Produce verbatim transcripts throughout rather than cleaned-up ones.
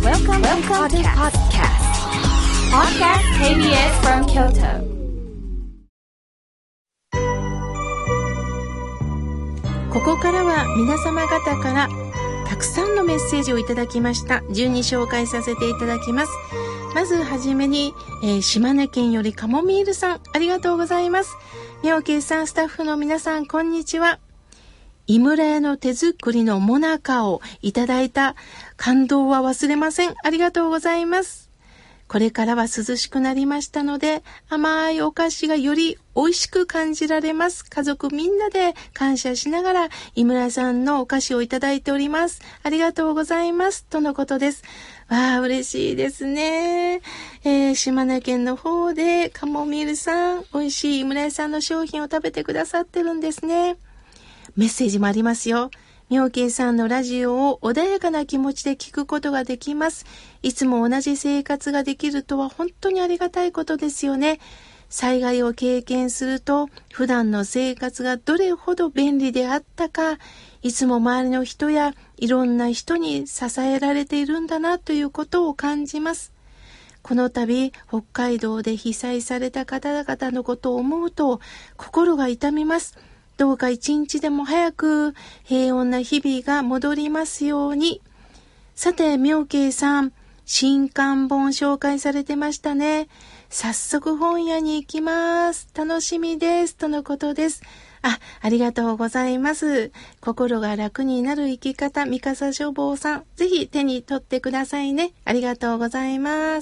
Welcome, Welcome to podcast. Podcast ケービーエス from Kyoto. ここからは皆様方からたくさんのメッセージをいただきました。順に紹介させていただきます。まずはじめに、えー、島根県よりカモミールさん、ありがとうございます。妙慶さん、スタッフの皆さん、こんにちは。井村屋の手作りのモナカをいただいた感動は忘れません。ありがとうございます。これからは涼しくなりましたので、甘いお菓子がより美味しく感じられます。家族みんなで感謝しながら井村さんのお菓子をいただいております。ありがとうございます。とのことです。わあ、嬉しいですね。えー、島根県の方でカモミールさん、美味しい井村屋さんの商品を食べてくださってるんですね。メッセージもありますよ。妙慶さんのラジオを穏やかな気持ちで聞くことができます。いつも同じ生活ができるとは本当にありがたいことですよね。災害を経験すると普段の生活がどれほど便利であったか、いつも周りの人やいろんな人に支えられているんだなということを感じます。この度北海道で被災された方々のことを思うと心が痛みます。どうか一日でも早く平穏な日々が戻りますように。さて、妙慶さん、新刊本紹介されてましたね。早速本屋に行きます。楽しみです。とのことです。あ、ありがとうございます。心が楽になる生き方、三笠書房さん、ぜひ手に取ってくださいね。ありがとうございます。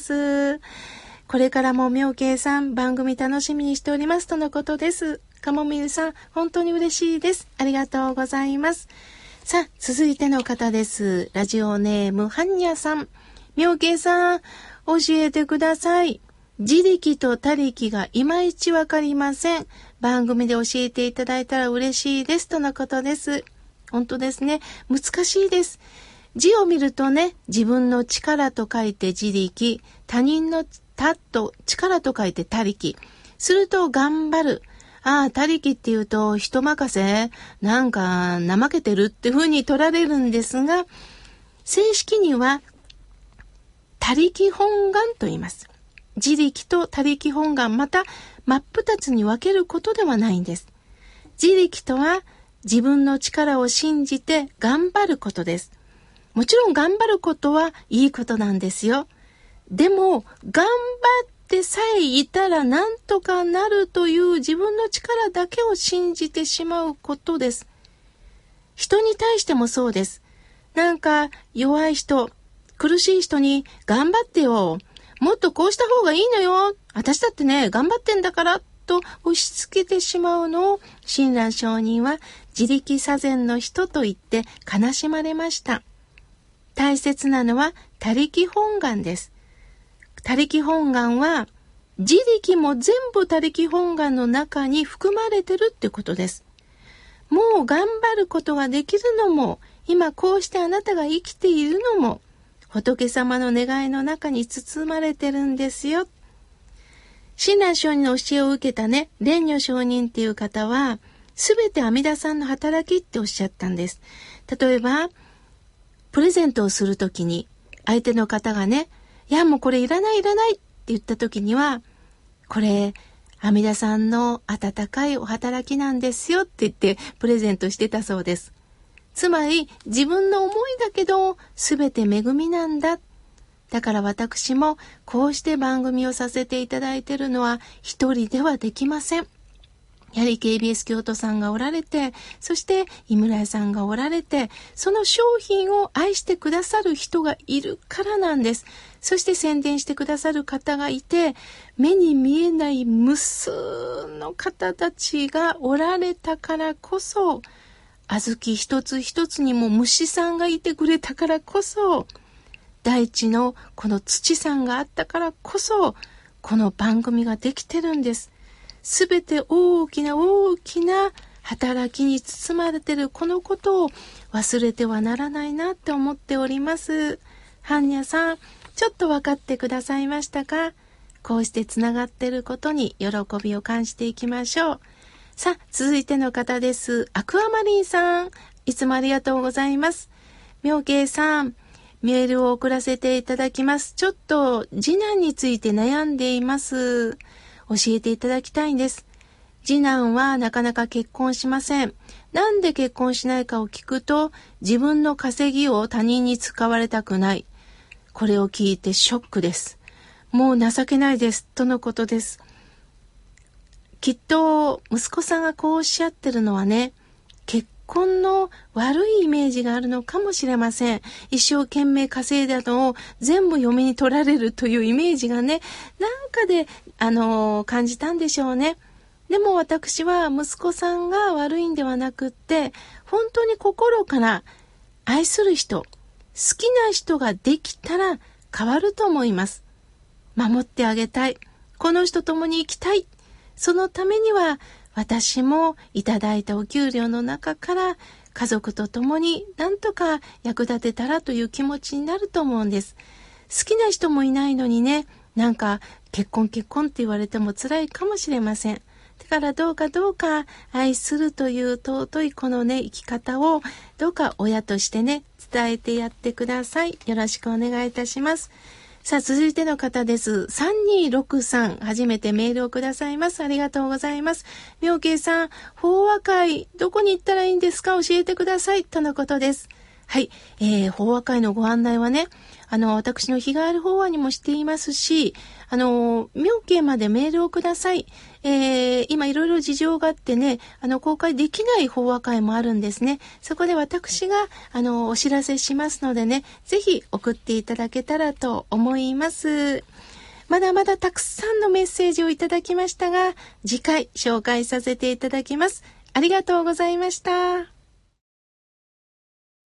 これからも妙慶さん、番組楽しみにしております。とのことです。カモミールさん、本当に嬉しいです。ありがとうございます。さあ、続いての方です。ラジオネーム、はんにゃさん。妙慶さん、教えてください。自力と他力がいまいちわかりません。番組で教えていただいたら嬉しいです。とのことです。本当ですね。難しいです。字を見るとね、自分の力と書いて自力、他人の他と力と書いて他力。すると頑張る。ああ、他力って言うと人任せ、なんか怠けてるって風に取られるんですが、正式には他力本願と言います。自力と他力本願、また真っ二つに分けることではないんです。自力とは自分の力を信じて頑張ることです。もちろん頑張ることはいいことなんですよ。でも頑張ってさえいたらなんとかなるという自分の力だけを信じてしまうことです。人に対してもそうです。なんか弱い人、苦しい人に頑張ってよ。もっとこうした方がいいのよ。私だってね、頑張ってんだからと押し付けてしまうのを親鸞上人は自力作善の人と言って悲しまれました。大切なのは他力本願です。他力本願は自力も全部他力本願の中に含まれてるってことです。もう頑張ることができるのも、今こうしてあなたが生きているのも、仏様の願いの中に包まれてるんですよ。親鸞上人の教えを受けたね、蓮如上人っていう方は、すべて阿弥陀さんの働きっておっしゃったんです。例えば、プレゼントをするときに、相手の方がね、いやもうこれいらないいらないって言ったときには、これ阿弥陀さんの温かいお働きなんですよって言ってプレゼントしてたそうです。つまり自分の思いだけど全て恵みなんだ。だから私もこうして番組をさせていただいているのは一人ではできません。やはり ケービーエス 京都さんがおられて、そして井村屋さんがおられて、その商品を愛してくださる人がいるからなんです。そして宣伝してくださる方がいて、目に見えない無数の方たちがおられたからこそ、小豆一つ一つにも虫さんがいてくれたからこそ、大地のこの土さんがあったからこそ、この番組ができてるんです。すべて大きな大きな働きに包まれているこのことを忘れてはならないなって思っております。はんにゃさん、ちょっと分かってくださいましたか？こうしてつながっていることに喜びを感じていきましょう。さあ、続いての方です。アクアマリンさん、いつもありがとうございます。妙慶さん、 メールを送らせていただきます。ちょっと次男について悩んでいます。教えていただきたいんです。次男はなかなか結婚しません。なんで結婚しないかを聞くと、自分の稼ぎを他人に使われたくない。これを聞いてショックです。もう情けないです。とのことです。きっと息子さんがこうおっしゃってるのはね、結婚の悪いイメージがあるのかもしれません。一生懸命稼いだのを全部嫁に取られるというイメージがね、なんかで、あのー、感じたんでしょうね。でも私は息子さんが悪いんではなくって、本当に心から愛する人、好きな人ができたら変わると思います。守ってあげたい。この人と共に生きたい。そのためには私もいただいたお給料の中から家族と共に何とか役立てたらという気持ちになると思うんです。好きな人もいないのにね、なんか結婚結婚って言われても辛いかもしれません。だからどうかどうか愛するという尊いこのね生き方をどうか親としてね伝えてやってください。よろしくお願いいたします。さあ続いての方です。さんにーろくさん、初めてメールをくださいます。ありがとうございます。妙慶さん、法話会どこに行ったらいいんですか、教えてくださいとのことです。はい、えー、法話会のご案内はね、あの私の日帰り法話にもしていますし、あの妙慶までメールをください。えー、今いろいろ事情があってね、あの公開できない法話会もあるんですね。そこで私があのお知らせしますのでね、ぜひ送っていただけたらと思います。まだまだたくさんのメッセージをいただきましたが、次回紹介させていただきます。ありがとうございました。